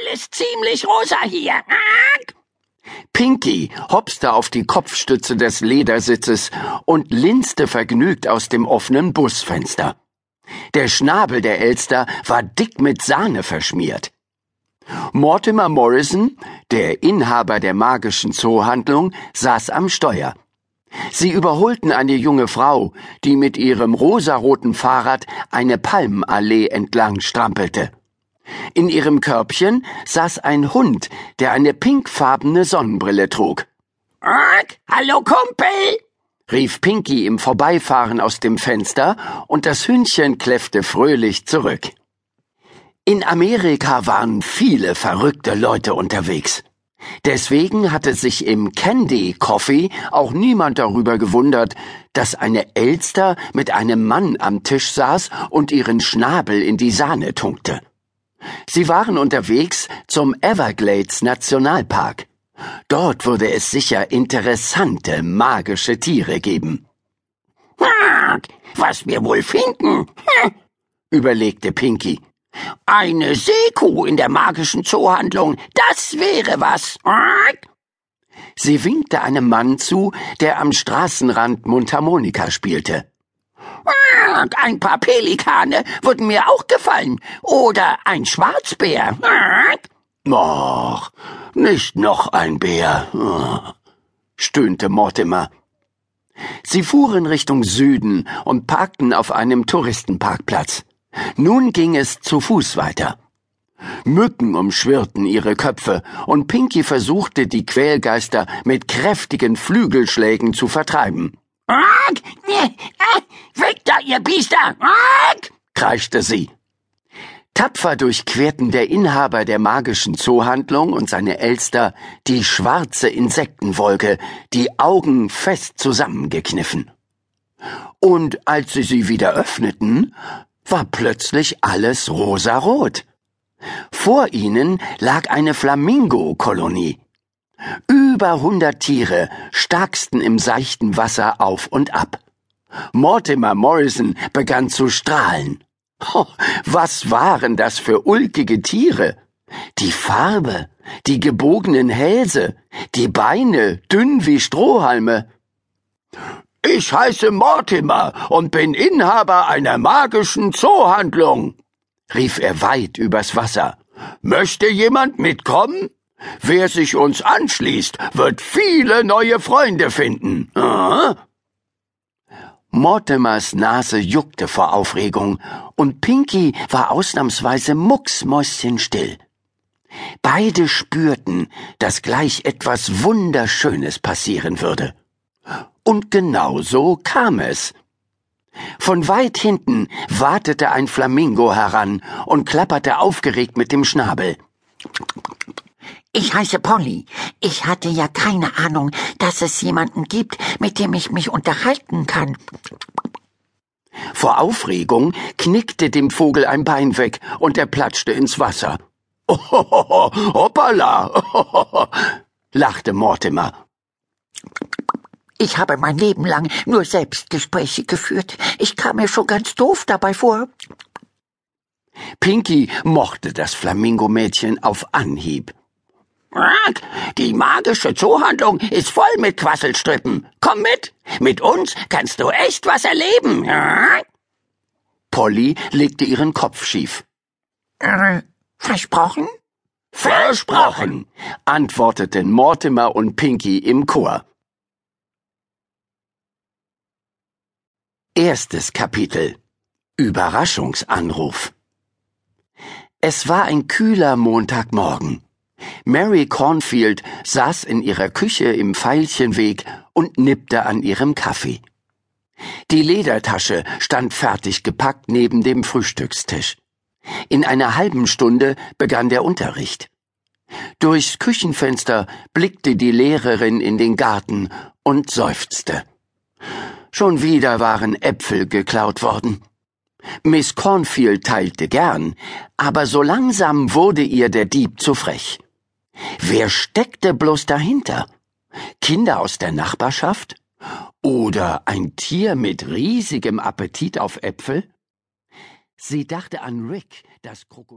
alles ziemlich rosa hier. Pinky hopste auf die Kopfstütze des Ledersitzes und linste vergnügt aus dem offenen Busfenster. Der Schnabel der Elster war dick mit Sahne verschmiert. Mortimer Morrison, der Inhaber der magischen Zoohandlung, saß am Steuer. Sie überholten eine junge Frau, die mit ihrem rosaroten Fahrrad eine Palmenallee entlang strampelte. In ihrem Körbchen saß ein Hund, der eine pinkfarbene Sonnenbrille trug. Hallo, Kumpel! Rief Pinky im Vorbeifahren aus dem Fenster, und das Hündchen kläffte fröhlich zurück. In Amerika waren viele verrückte Leute unterwegs. Deswegen hatte sich im Candy Coffee auch niemand darüber gewundert, dass eine Elster mit einem Mann am Tisch saß und ihren Schnabel in die Sahne tunkte. Sie waren unterwegs zum Everglades Nationalpark. Dort würde es sicher interessante, magische Tiere geben. Was wir wohl finden, überlegte Pinky. Eine Seekuh in der magischen Zoohandlung, das wäre was. Sie winkte einem Mann zu, der am Straßenrand Mundharmonika spielte. Ein paar Pelikane würden mir auch gefallen. Oder ein Schwarzbär. Och, nicht noch ein Bär, stöhnte Mortimer. Sie fuhren Richtung Süden und parkten auf einem Touristenparkplatz. Nun ging es zu Fuß weiter. Mücken umschwirrten ihre Köpfe, und Pinky versuchte, die Quälgeister mit kräftigen Flügelschlägen zu vertreiben. Weg da, ihr Biester! Kreischte sie. Tapfer durchquerten der Inhaber der magischen Zoohandlung und seine Elster die schwarze Insektenwolke, die Augen fest zusammengekniffen. Und als sie wieder öffneten, war plötzlich alles rosarot. Vor ihnen lag eine Flamingo-Kolonie. Über 100 Tiere starksten im seichten Wasser auf und ab. Mortimer Morrison begann zu strahlen. Oh, was waren das für ulkige Tiere? Die Farbe, die gebogenen Hälse, die Beine dünn wie Strohhalme. »Ich heiße Mortimer und bin Inhaber einer magischen Zoohandlung«, rief er weit übers Wasser. »Möchte jemand mitkommen? Wer sich uns anschließt, wird viele neue Freunde finden.« Mortimers Nase juckte vor Aufregung, und Pinky war ausnahmsweise mucksmäuschenstill. Beide spürten, dass gleich etwas Wunderschönes passieren würde. Und genau so kam es. Von weit hinten watete ein Flamingo heran und klapperte aufgeregt mit dem Schnabel. Ich heiße Polly. Ich hatte ja keine Ahnung, dass es jemanden gibt, mit dem ich mich unterhalten kann. Vor Aufregung knickte dem Vogel ein Bein weg, und er platschte ins Wasser. »Oh, hoppala«, lachte Mortimer. Ich habe mein Leben lang nur Selbstgespräche geführt. Ich kam mir schon ganz doof dabei vor. Pinky mochte das Flamingo-Mädchen auf Anhieb. Die magische Zoohandlung ist voll mit Quasselstrippen. Komm mit. Mit uns kannst du echt was erleben. Polly legte ihren Kopf schief. Versprochen? Versprochen, antworteten Mortimer und Pinky im Chor. Erstes Kapitel. Überraschungsanruf. Es war ein kühler Montagmorgen. Mary Cornfield saß in ihrer Küche im Veilchenweg und nippte an ihrem Kaffee. Die Ledertasche stand fertig gepackt neben dem Frühstückstisch. In einer halben Stunde begann der Unterricht. Durchs Küchenfenster blickte die Lehrerin in den Garten und seufzte. Schon wieder waren Äpfel geklaut worden. Miss Cornfield teilte gern, aber so langsam wurde ihr der Dieb zu frech. Wer steckte bloß dahinter? Kinder aus der Nachbarschaft? Oder ein Tier mit riesigem Appetit auf Äpfel? Sie dachte an Rick, das Krokodil.